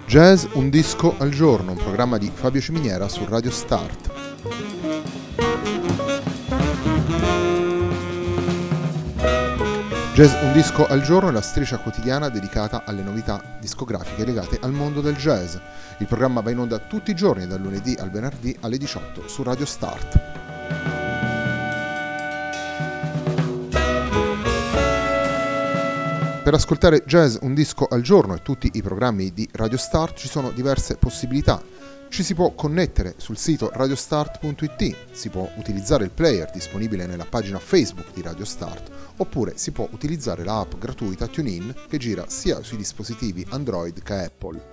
Jazz un disco al giorno, un programma di Fabio Ciminiera su Radio Start. Jazz un disco al giorno è la striscia quotidiana dedicata alle novità discografiche legate al mondo del jazz. Il programma va in onda tutti i giorni dal lunedì al venerdì alle 18 su Radio Start. Per ascoltare Jazz un disco al giorno e tutti i programmi di Radio Start ci sono diverse possibilità. Ci si può connettere sul sito radiostart.it, si può utilizzare il player disponibile nella pagina Facebook di Radio Start, oppure si può utilizzare la app gratuita TuneIn che gira sia sui dispositivi Android che Apple.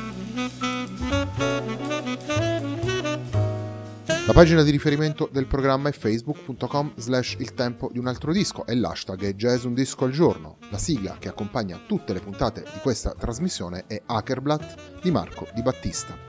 La pagina di riferimento del programma è facebook.com/il tempo di un altro disco e l'hashtag è Jazz un disco al giorno. La sigla che accompagna tutte le puntate di questa trasmissione è Hackerblatt di Marco Di Battista.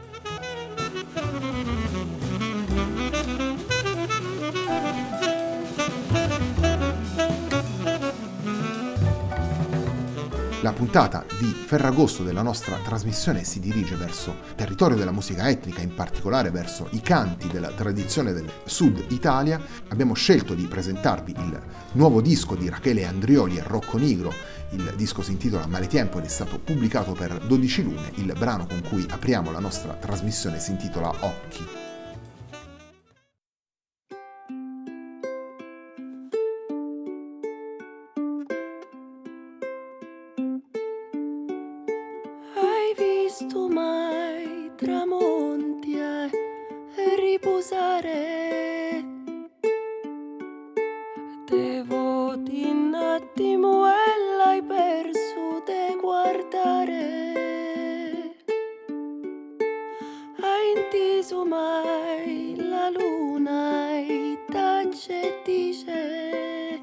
La puntata di Ferragosto della nostra trasmissione si dirige verso il territorio della musica etnica, in particolare verso i canti della tradizione del Sud Italia. Abbiamo scelto di presentarvi il nuovo disco di Rachele Andrioli e Rocco Nigro. Il disco si intitola Maletiempo ed è stato pubblicato per 12 lune. Il brano con cui apriamo la nostra trasmissione si intitola Occhi. Visto mai tramonti a riposare? Devo un attimo e l'hai perso de guardare. Hai inteso mai la luna e tace dice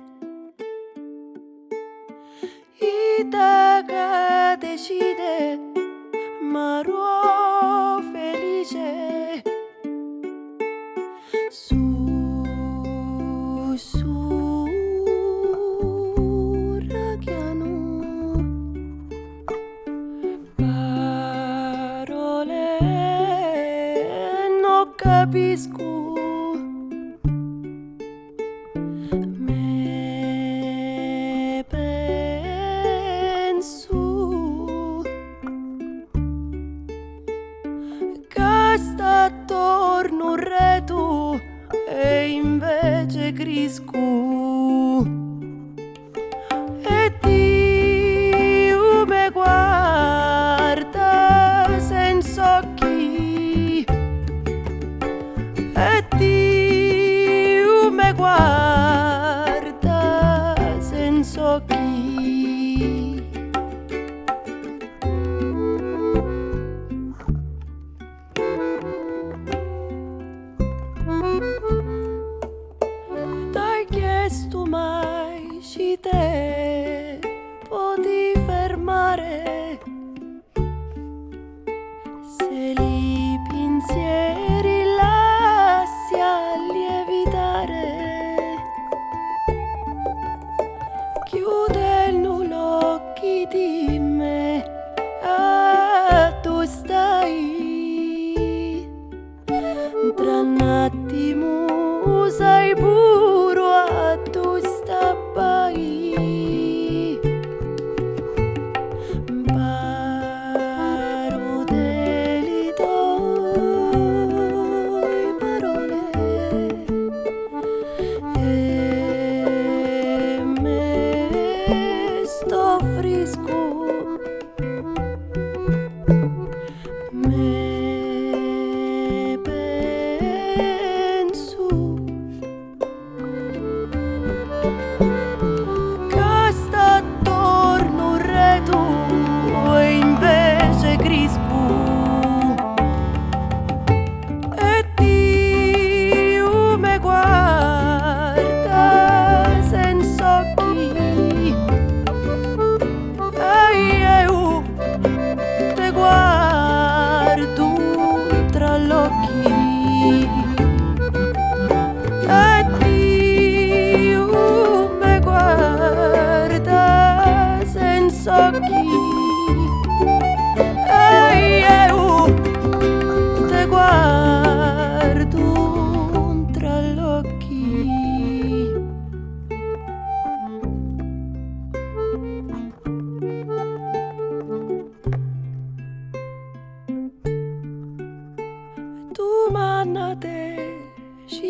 Itaca decide Maro felice sussurrano parole non capisco me penso sta attorno un reto e invece crisco e Dio me guarda senza occhi e Dio me guarda senza occhi. T'hai chiesto mai ci te poti fermare se li pensieri lasci a lievitare chiudendo l'occhi di me tu stai tra un attimo sai puro a tu stappai paro delle tue parole e me sto frisco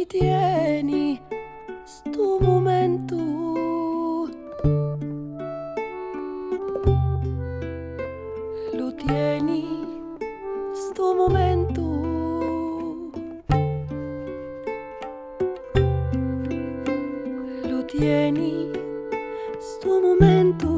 tieni sto momento, lo tieni sto momento, lo tieni sto momento.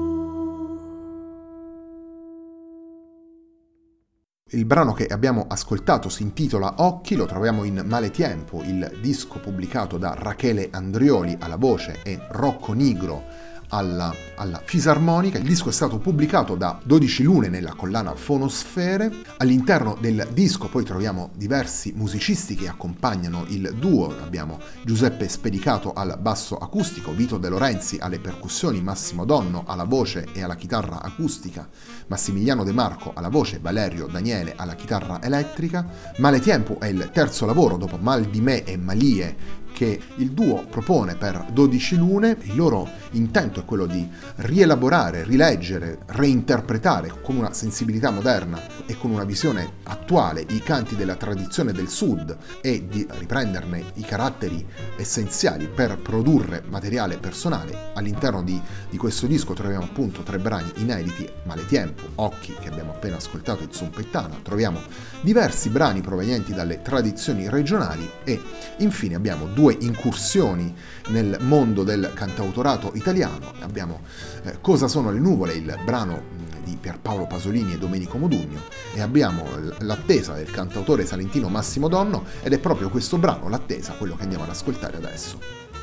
Il brano che abbiamo ascoltato si intitola Occhi, lo troviamo in Male Tiempo, il disco pubblicato da Rachele Andrioli alla voce e Rocco Nigro alla fisarmonica. Il disco è stato pubblicato da 12 Lune nella collana Fonosfere. All'interno del disco poi troviamo diversi musicisti che accompagnano il duo. Abbiamo Giuseppe Spedicato al basso acustico, Vito De Lorenzi alle percussioni, Massimo Donno alla voce e alla chitarra acustica, Massimiliano De Marco alla voce, Valerio Daniele alla chitarra elettrica. Male Tiempo è il terzo lavoro dopo Mal di me e Malie che il duo propone per 12 Lune. Il loro intento è quello di rielaborare, rileggere, reinterpretare con una sensibilità moderna e con una visione attuale i canti della tradizione del Sud e di riprenderne i caratteri essenziali per produrre materiale personale. All'interno di questo disco troviamo appunto 3 brani inediti: Male Tiempo, Occhi, che abbiamo appena ascoltato, in Zumpettana. Troviamo diversi brani provenienti dalle tradizioni regionali e infine abbiamo 2 incursioni nel mondo del cantautorato italiano. Abbiamo Cosa sono le nuvole, il brano di Pierpaolo Pasolini e Domenico Modugno, e abbiamo L'attesa del cantautore salentino Massimo Donno, ed è proprio questo brano, L'attesa, quello che andiamo ad ascoltare adesso.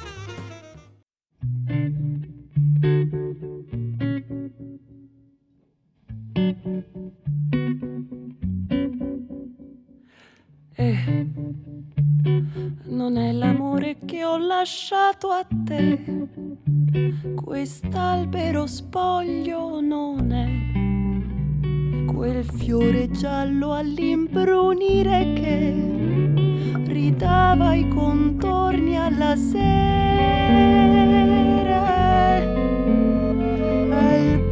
Non è l'amore che ho lasciato a te, quest'albero spoglio non è quel fiore giallo all'imbrunire che ridava i contorni alla sera, al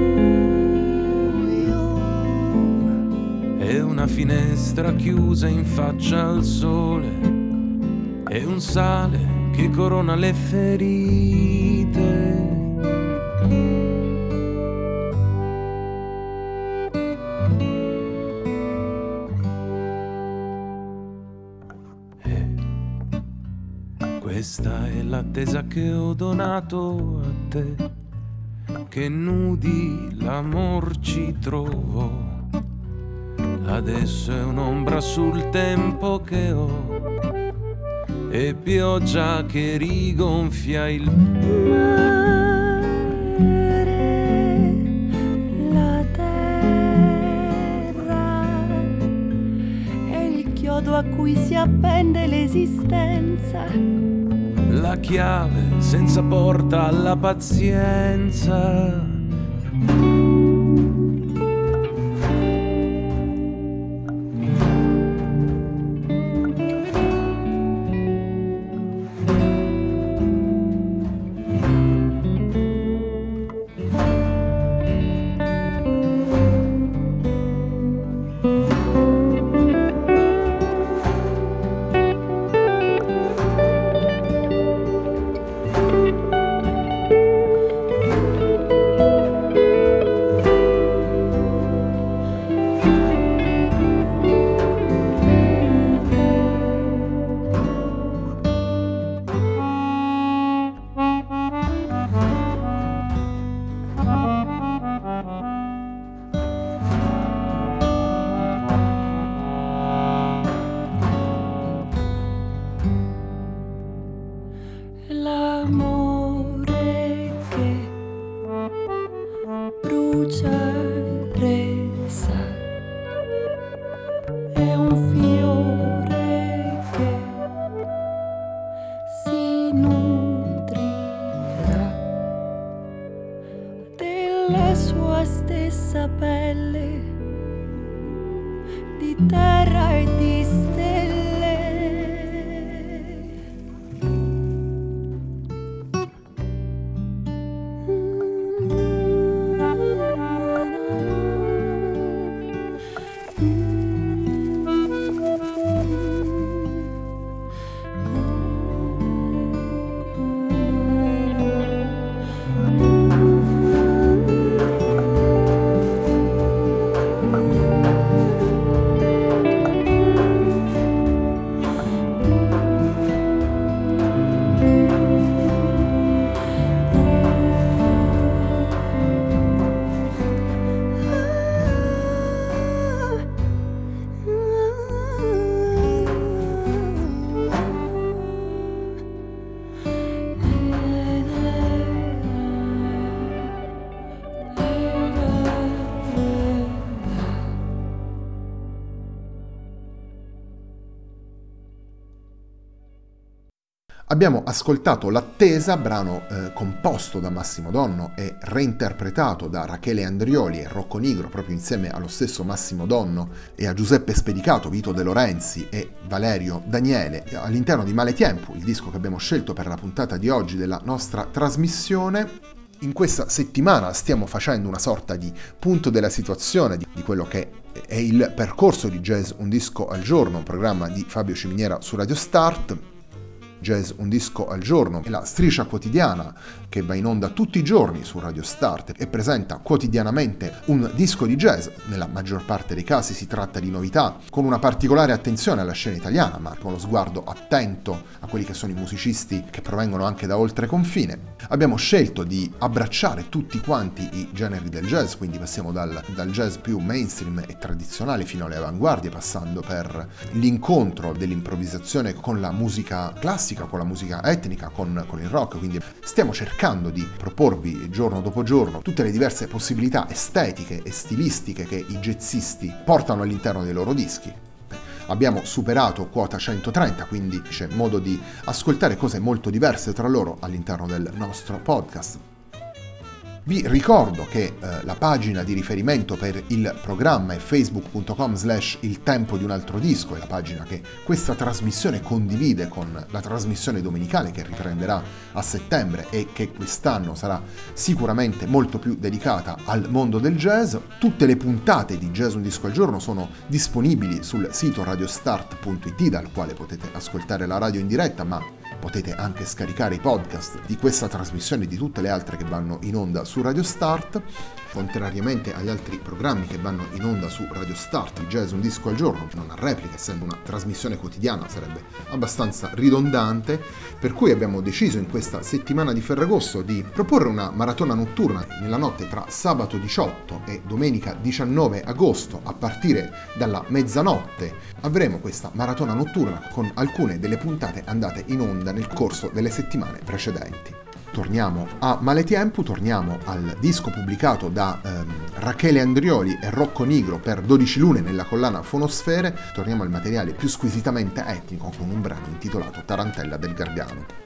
buio. È una finestra chiusa in faccia al sole, è un sale che corona le ferite. Questa è l'attesa che ho donato a te, che nudi l'amor ci trovo. Adesso è un'ombra sul tempo che ho e pioggia che rigonfia il mare, la terra è il chiodo a cui si appende l'esistenza, la chiave senza porta alla pazienza. Abbiamo ascoltato L'attesa, brano composto da Massimo Donno e reinterpretato da Rachele Andrioli e Rocco Nigro, proprio insieme allo stesso Massimo Donno e a Giuseppe Spedicato, Vito De Lorenzi e Valerio Daniele, all'interno di Male Tiempo, il disco che abbiamo scelto per la puntata di oggi della nostra trasmissione. In questa settimana stiamo facendo una sorta di punto della situazione di quello che è il percorso di Jazz Un Disco al Giorno, un programma di Fabio Ciminiera su Radio Start. Jazz Un Disco al Giorno è la striscia quotidiana che va in onda tutti i giorni su Radio Start e presenta quotidianamente un disco di jazz. Nella maggior parte dei casi si tratta di novità, con una particolare attenzione alla scena italiana, ma con lo sguardo attento a quelli che sono i musicisti che provengono anche da oltre confine. Abbiamo scelto di abbracciare tutti quanti i generi del jazz, quindi passiamo dal jazz più mainstream e tradizionale fino alle avanguardie, passando per l'incontro dell'improvvisazione con la musica classica, con la musica etnica, con il rock. Quindi stiamo cercando di proporvi giorno dopo giorno tutte le diverse possibilità estetiche e stilistiche che i jazzisti portano all'interno dei loro dischi. Abbiamo superato quota 130, quindi c'è modo di ascoltare cose molto diverse tra loro all'interno del nostro podcast. Vi ricordo che la pagina di riferimento per il programma è facebook.com/il tempo di un altro disco, è la pagina che questa trasmissione condivide con la trasmissione domenicale che riprenderà a settembre e che quest'anno sarà sicuramente molto più dedicata al mondo del jazz. Tutte le puntate di Jazz Un Disco al Giorno sono disponibili sul sito radiostart.it, dal quale potete ascoltare la radio in diretta, ma potete anche scaricare i podcast di questa trasmissione e di tutte le altre che vanno in onda su Radio Start. Contrariamente agli altri programmi che vanno in onda su Radio Start, il Jazz Un Disco al Giorno non ha replica, essendo una trasmissione quotidiana sarebbe abbastanza ridondante, per cui abbiamo deciso in questa settimana di Ferragosto di proporre una maratona notturna nella notte tra sabato 18 e domenica 19 agosto. A partire dalla mezzanotte avremo questa maratona notturna con alcune delle puntate andate in onda nel corso delle settimane precedenti. Torniamo a Male Tiempo, torniamo al disco pubblicato da Rachele Andrioli e Rocco Nigro per 12 lune nella collana Fonosfere, torniamo al materiale più squisitamente etnico con un brano intitolato Tarantella del Gargano.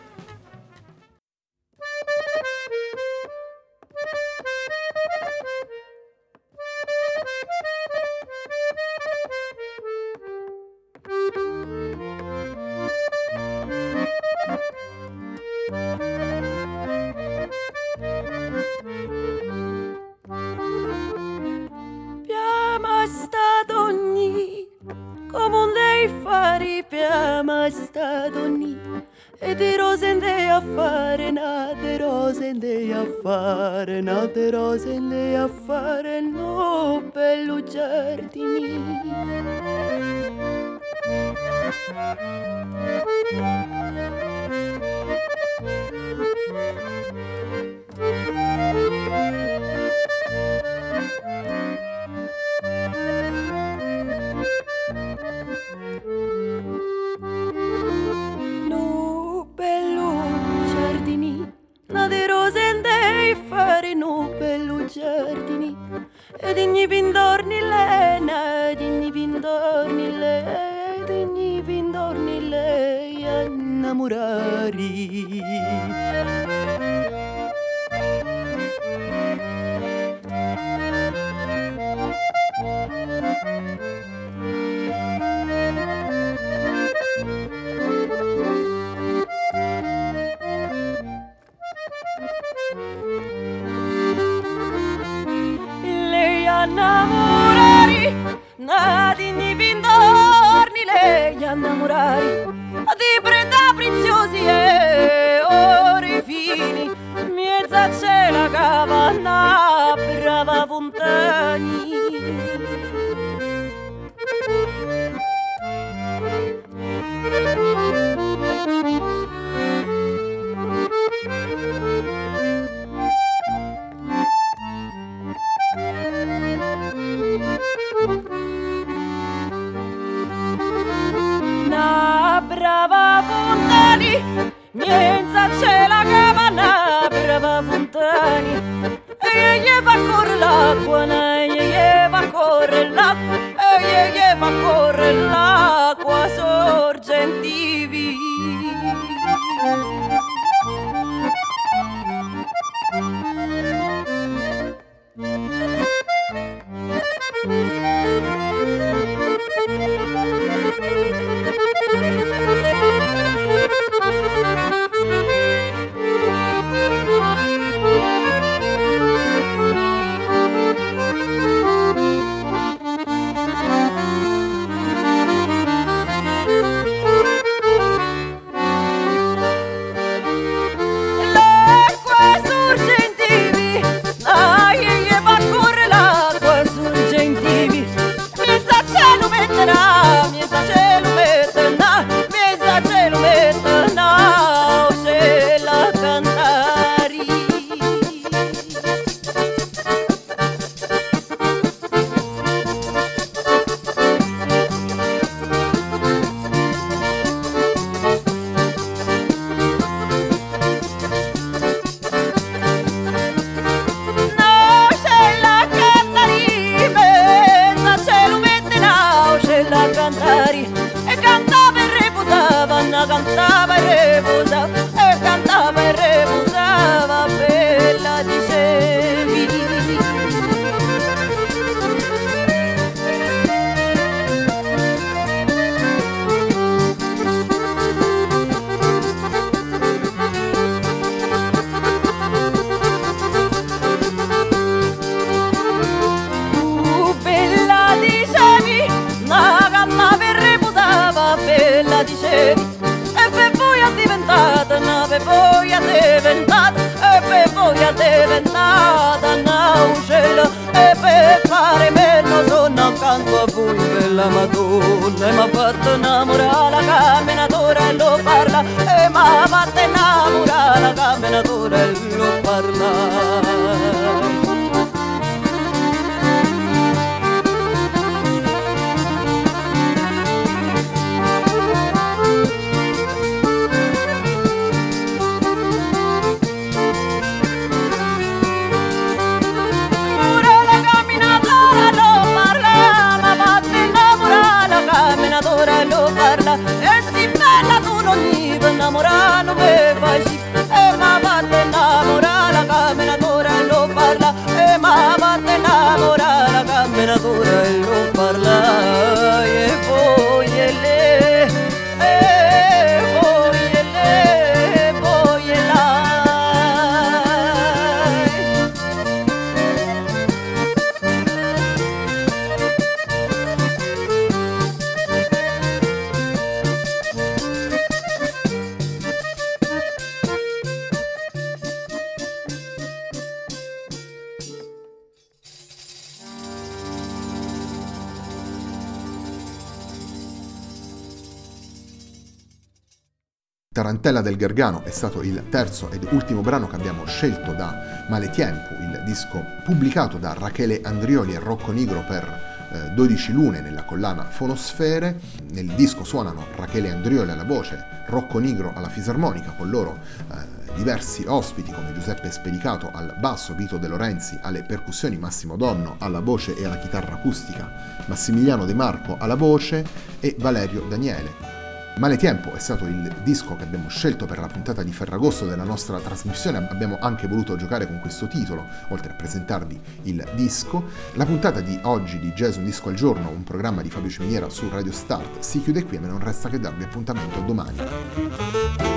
De rosende a fare, no bello giardini. Giardini ed ogni pindorni lei, innamorari. Innamorari, nadigni pindorni lei innamorari, di preda preziosi e ori fini, mezza c'è la cavanna, brava fontani. Brava Fontani, mienza c'è la capanna, brava Fontani, e gli fa correre l'acqua, gli fa correre l'acqua, e gli fa correre l'acqua sorgentivi. poi è diventata, e per voi è diventata una uccella, e per fare meno sono accanto a voi bella Madonna, e m'ha fatto innamorare la camminatora e lo parla, e m'ha fatto innamorare la camminatora e lo parla. E si bella tu non gli puoi innamorare, non mi fai sì. E ma parte innamorare la camminatora e lo parla, e ma parte innamorare la camminatora e lo parla. E poi e lei, e poi e lei, e poi e là. Tarantella del Gargano è stato il terzo ed ultimo brano che abbiamo scelto da Maletiempo, il disco pubblicato da Rachele Andrioli e Rocco Nigro per 12 lune nella collana Fonosfere. Nel disco suonano Rachele Andrioli alla voce, Rocco Nigro alla fisarmonica, con loro diversi ospiti come Giuseppe Spedicato al basso, Vito De Lorenzi alle percussioni, Massimo Donno alla voce e alla chitarra acustica, Massimiliano De Marco alla voce e Valerio Daniele. Maletiempo è stato il disco che abbiamo scelto per la puntata di Ferragosto della nostra trasmissione. Abbiamo anche voluto giocare con questo titolo, oltre a presentarvi il disco. La puntata di oggi di Jazz Un Disco al Giorno, un programma di Fabio Ciminiera su Radio Start, si chiude qui e me non resta che darvi appuntamento domani.